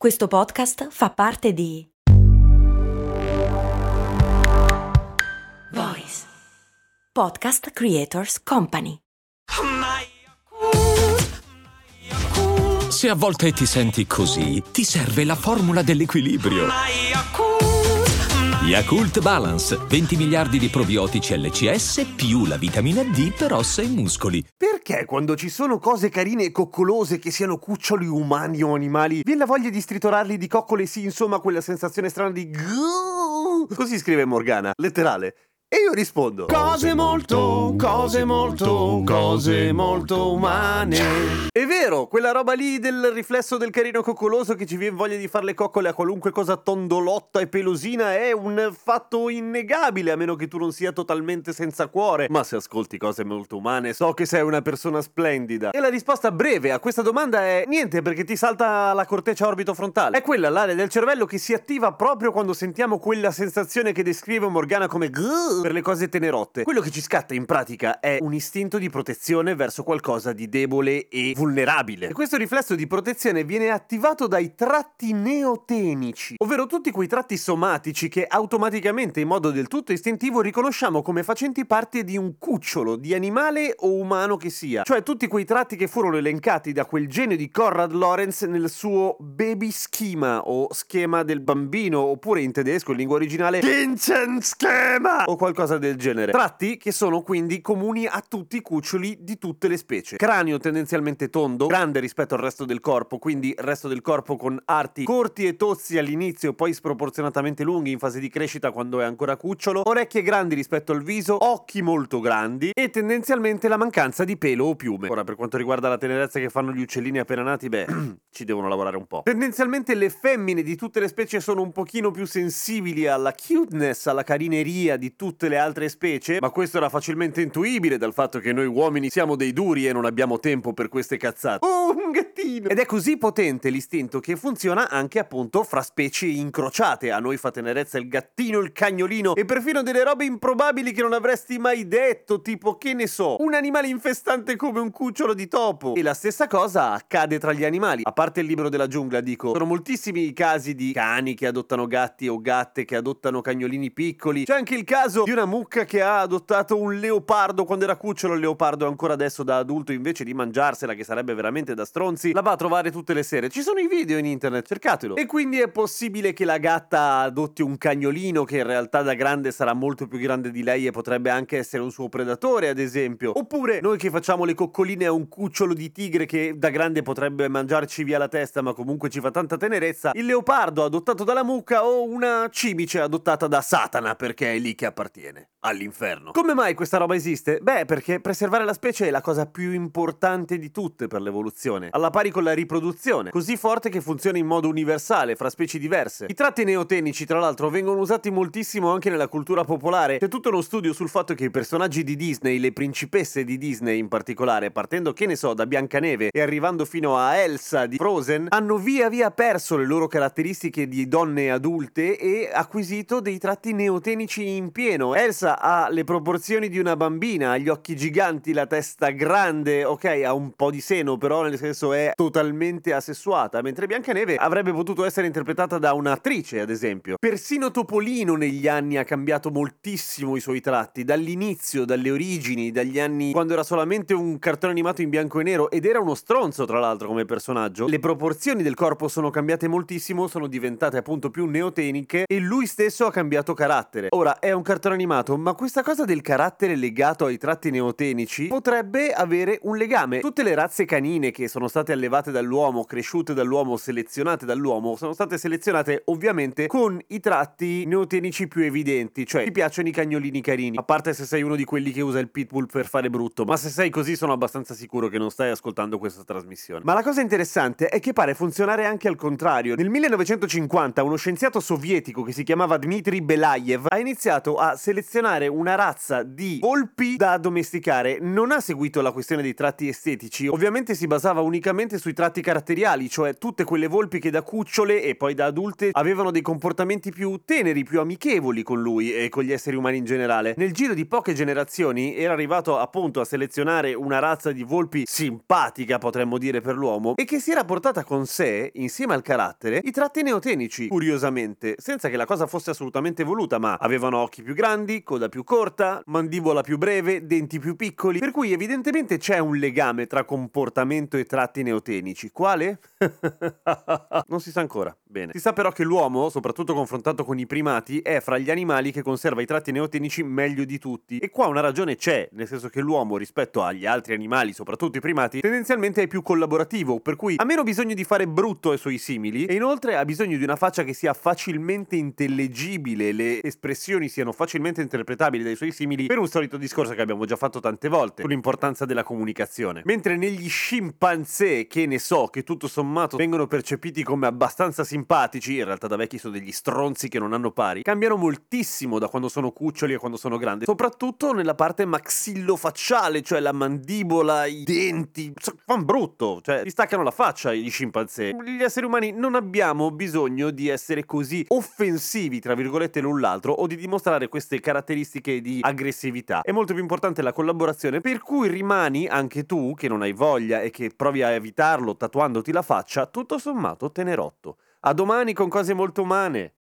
Questo podcast fa parte di Voice Podcast Creators Company. Se a volte ti senti così, ti serve la formula dell'equilibrio. Yakult Balance, 20 miliardi di probiotici LCS più la vitamina D per ossa e muscoli. Perché quando ci sono cose carine e coccolose, che siano cuccioli umani o animali, viene la voglia di stritorarli di coccole, sì, insomma quella sensazione strana di così scrive Morgana, letterale. E io rispondo: cose molto umane. È vero, quella roba lì del riflesso del carino coccoloso che ci viene voglia di fare le coccole a qualunque cosa tondolotta e pelosina è un fatto innegabile, a meno che tu non sia totalmente senza cuore. Ma se ascolti cose molto umane, so che sei una persona splendida. E la risposta breve a questa domanda è niente, perché ti salta la corteccia orbitofrontale. È quella l'area del cervello che si attiva proprio quando sentiamo quella sensazione che descrive Morgana come per le cose tenerotte. Quello che ci scatta in pratica è un istinto di protezione verso qualcosa di debole e vulnerabile. E questo riflesso di protezione viene attivato dai tratti neotenici, ovvero tutti quei tratti somatici che automaticamente, in modo del tutto istintivo, riconosciamo come facenti parte di un cucciolo, di animale o umano che sia. Cioè tutti quei tratti che furono elencati da quel genio di Konrad Lorenz nel suo Baby Schema o schema del bambino, oppure in tedesco, in lingua originale, Kindchenschema o qualcosa del genere. Tratti che sono quindi comuni a tutti i cuccioli di tutte le specie. Cranio tendenzialmente tondo, grande rispetto al resto del corpo, quindi il resto del corpo con arti corti e tozzi all'inizio, poi sproporzionatamente lunghi in fase di crescita quando è ancora cucciolo, orecchie grandi rispetto al viso, occhi molto grandi e tendenzialmente la mancanza di pelo o piume. Ora, per quanto riguarda la tenerezza che fanno gli uccellini appena nati, ci devono lavorare un po'. Tendenzialmente le femmine di tutte le specie sono un pochino più sensibili alla cuteness, alla carineria di tutte le altre specie, ma questo era facilmente intuibile dal fatto che noi uomini siamo dei duri e non abbiamo tempo per queste cazzate. Oh, un gattino! Ed è così potente l'istinto che funziona anche appunto fra specie incrociate. A noi fa tenerezza il gattino, il cagnolino e perfino delle robe improbabili che non avresti mai detto, tipo, che ne so, un animale infestante come un cucciolo di topo. E la stessa cosa accade tra gli animali. A parte il libro della giungla, dico, sono moltissimi i casi di cani che adottano gatti o gatte che adottano cagnolini piccoli. C'è anche il caso di una mucca che ha adottato un leopardo quando era cucciolo. Il leopardo ancora adesso da adulto, invece di mangiarsela, che sarebbe veramente da stronzi, la va a trovare tutte le sere. Ci sono i video in internet, cercatelo. E quindi è possibile che la gatta adotti un cagnolino che in realtà da grande sarà molto più grande di lei e potrebbe anche essere un suo predatore, ad esempio. Oppure noi che facciamo le coccoline a un cucciolo di tigre che da grande potrebbe mangiarci via la testa, ma comunque ci fa tanta tenerezza, il leopardo adottato dalla mucca o una cimice adottata da Satana, perché è lì che appartiene, all'inferno. Come mai questa roba esiste? Beh, perché preservare la specie è la cosa più importante di tutte per l'evoluzione, alla pari con la riproduzione, così forte che funziona in modo universale fra specie diverse. I tratti neotenici, tra l'altro, vengono usati moltissimo anche nella cultura popolare. C'è tutto uno studio sul fatto che i personaggi di Disney, le principesse di Disney in particolare, partendo, che ne so, da Biancaneve e arrivando fino a Elsa di Frozen, hanno via via perso le loro caratteristiche di donne adulte e acquisito dei tratti neotenici in pieno. Elsa ha le proporzioni di una bambina, ha gli occhi giganti, la testa grande, ok, ha un po' di seno, però nel senso è totalmente asessuata, mentre Biancaneve avrebbe potuto essere interpretata da un'attrice, ad esempio. Persino Topolino negli anni ha cambiato moltissimo i suoi tratti, dall'inizio, dalle origini, dagli anni quando era solamente un cartone animato in bianco e nero, ed era uno stronzo tra l'altro come personaggio. Le proporzioni del corpo sono cambiate moltissimo, sono diventate appunto più neoteniche e lui stesso ha cambiato carattere. Ora, è un cartone animato, ma questa cosa del carattere legato ai tratti neotenici potrebbe avere un legame. Tutte le razze canine che sono state allevate dall'uomo, cresciute dall'uomo, selezionate dall'uomo, sono state selezionate ovviamente con i tratti neotenici più evidenti, cioè ti piacciono i cagnolini carini, a parte se sei uno di quelli che usa il pitbull per fare brutto, ma se sei così sono abbastanza sicuro che non stai ascoltando questa trasmissione. Ma la cosa interessante è che pare funzionare anche al contrario. Nel 1950 uno scienziato sovietico che si chiamava Dmitry Belayev ha iniziato a selezionare una razza di volpi da addomesticare. Non ha seguito la questione dei tratti estetici, ovviamente si basava unicamente sui tratti caratteriali, cioè tutte quelle volpi che da cucciole e poi da adulte avevano dei comportamenti più teneri, più amichevoli con lui e con gli esseri umani in generale. Nel giro di poche generazioni era arrivato appunto a selezionare una razza di volpi simpatica, potremmo dire, per l'uomo, e che si era portata con sé, insieme al carattere, i tratti neotenici, curiosamente, senza che la cosa fosse assolutamente voluta, ma avevano occhi più grandi, coda più corta, mandibola più breve, denti più piccoli, per cui evidentemente c'è un legame tra comportamento e tratti neotenici. Quale? Non si sa ancora. Bene. Si sa però che l'uomo, soprattutto confrontato con i primati, è fra gli animali che conserva i tratti neotenici meglio di tutti. E qua una ragione c'è, nel senso che l'uomo, rispetto agli altri animali, soprattutto i primati, tendenzialmente è più collaborativo, per cui ha meno bisogno di fare brutto ai suoi simili e inoltre ha bisogno di una faccia che sia facilmente intellegibile, le espressioni siano facilmente interpretabili dai suoi simili, per un solito discorso che abbiamo già fatto tante volte, sull'importanza della comunicazione. Mentre negli scimpanzé, che ne so, che tutto sommato vengono percepiti come abbastanza simpatici, in realtà da vecchi sono degli stronzi che non hanno pari, cambiano moltissimo da quando sono cuccioli a quando sono grandi, soprattutto nella parte maxillofacciale, cioè la mandibola, i denti, fan brutto, cioè ti staccano la faccia gli scimpanzé. Gli esseri umani non abbiamo bisogno di essere così offensivi, tra virgolette, l'un l'altro, o di dimostrare queste caratteristiche di aggressività. È molto più importante la collaborazione, per cui rimani anche tu, che non hai voglia e che provi a evitarlo tatuandoti la faccia, tutto sommato tenerotto. A domani con cose molto umane.